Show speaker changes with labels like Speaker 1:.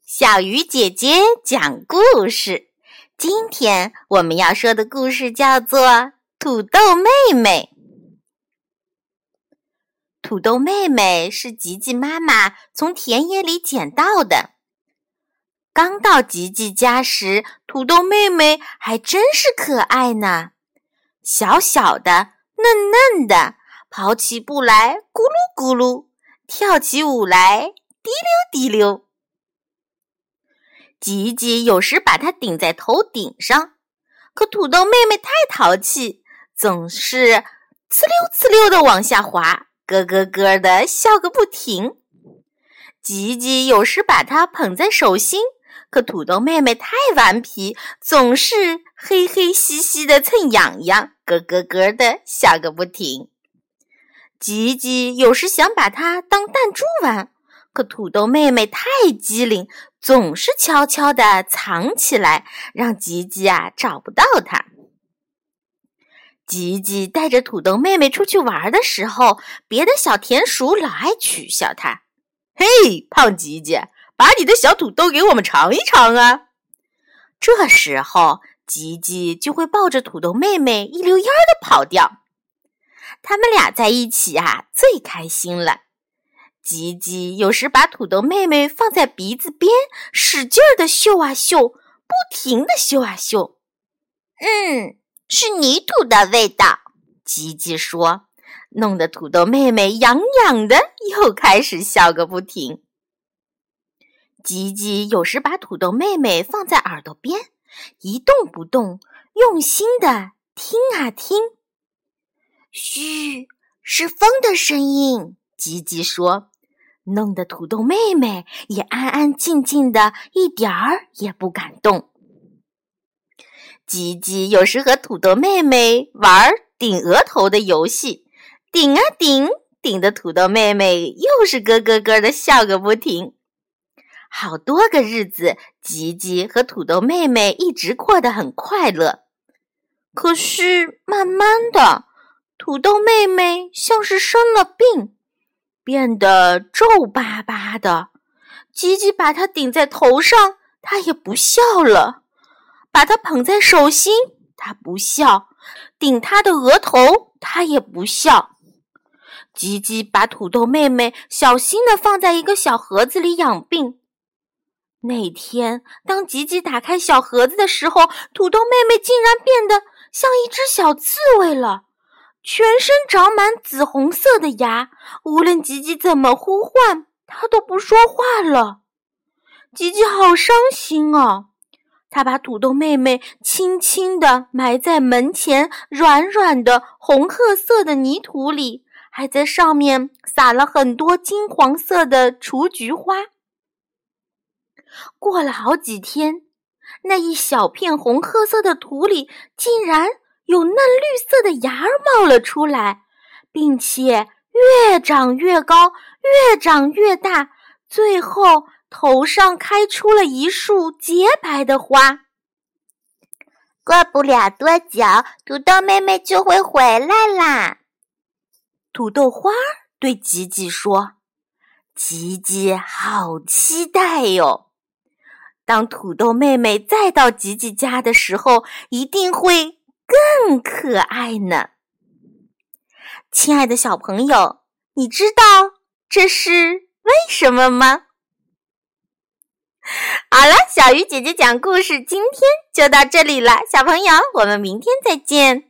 Speaker 1: 小鱼姐姐讲故事。今天我们要说的故事叫做《土豆妹妹》。土豆妹妹是吉吉妈妈从田野里捡到的。刚到吉吉家时，土豆妹妹还真是可爱呢，小小的，嫩嫩的，跑起步来咕噜咕噜，跳起舞来滴溜滴溜。吉吉有时把它顶在头顶上，可土豆妹妹太淘气，总是呲溜呲溜地往下滑，咯咯咯地笑个不停。吉吉有时把它捧在手心，可土豆妹妹太顽皮，总是嘿嘿兮兮地蹭痒痒，咯咯咯地笑个不停。吉吉有时想把它当弹珠玩，可土豆妹妹太机灵，总是悄悄地藏起来，让吉吉找不到它。吉吉带着土豆妹妹出去玩的时候，别的小田鼠老爱取笑它：“嘿，胖吉吉，把你的小土豆给我们尝一尝啊！”这时候，吉吉就会抱着土豆妹妹一溜烟地跑掉。他们俩在一起最开心了。吉吉有时把土豆妹妹放在鼻子边，使劲地嗅啊嗅，不停地嗅啊嗅。是泥土的味道，吉吉说，弄得土豆妹妹痒痒的，又开始笑个不停。吉吉有时把土豆妹妹放在耳朵边，一动不动，用心地听啊听。嘘，是风的声音，吉吉说，弄得土豆妹妹也安安静静的，一点儿也不敢动。吉吉有时和土豆妹妹玩顶额头的游戏，顶啊顶，顶得土豆妹妹又是咯咯咯的笑个不停。好多个日子，吉吉和土豆妹妹一直过得很快乐。可是慢慢的，土豆妹妹像是生了病，变得皱巴巴的。吉吉把她顶在头上，她也不笑了；把她捧在手心，她不笑；顶她的额头，她也不笑。吉吉把土豆妹妹小心地放在一个小盒子里养病。那天，当吉吉打开小盒子的时候，土豆妹妹竟然变得像一只小刺猬了。全身长满紫红色的牙，无论吉吉怎么呼唤，它都不说话了。吉吉好伤心啊！他把土豆妹妹轻轻地埋在门前软软的红褐色的泥土里，还在上面撒了很多金黄色的雏菊花。过了好几天，那一小片红褐色的土里竟然有嫩绿色的芽儿冒了出来，并且越长越高，越长越大，最后头上开出了一束洁白的花。过不了多久，土豆妹妹就会回来啦。土豆花对吉吉说，吉吉好期待哟。当土豆妹妹再到吉吉家的时候，一定会更可爱呢。亲爱的小朋友，你知道这是为什么吗？好了，小鱼姐姐讲故事今天就到这里了，小朋友，我们明天再见。